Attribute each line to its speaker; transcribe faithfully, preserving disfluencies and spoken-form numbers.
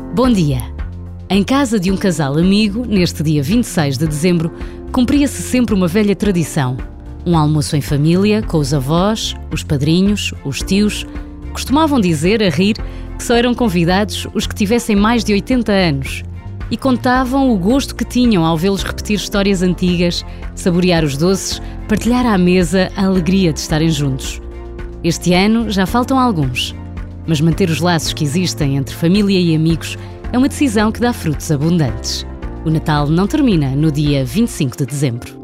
Speaker 1: Bom dia! Em casa de um casal amigo, neste dia vinte e seis de dezembro, cumpria-se sempre uma velha tradição. Um almoço em família, com os avós, os padrinhos, os tios. Costumavam dizer, a rir, que só eram convidados os que tivessem mais de oitenta anos. E contavam o gosto que tinham ao vê-los repetir histórias antigas, saborear os doces, partilhar à mesa a alegria de estarem juntos. Este ano já faltam alguns, mas manter os laços que existem entre família e amigos é uma decisão que dá frutos abundantes. O Natal não termina no dia vinte e cinco de dezembro.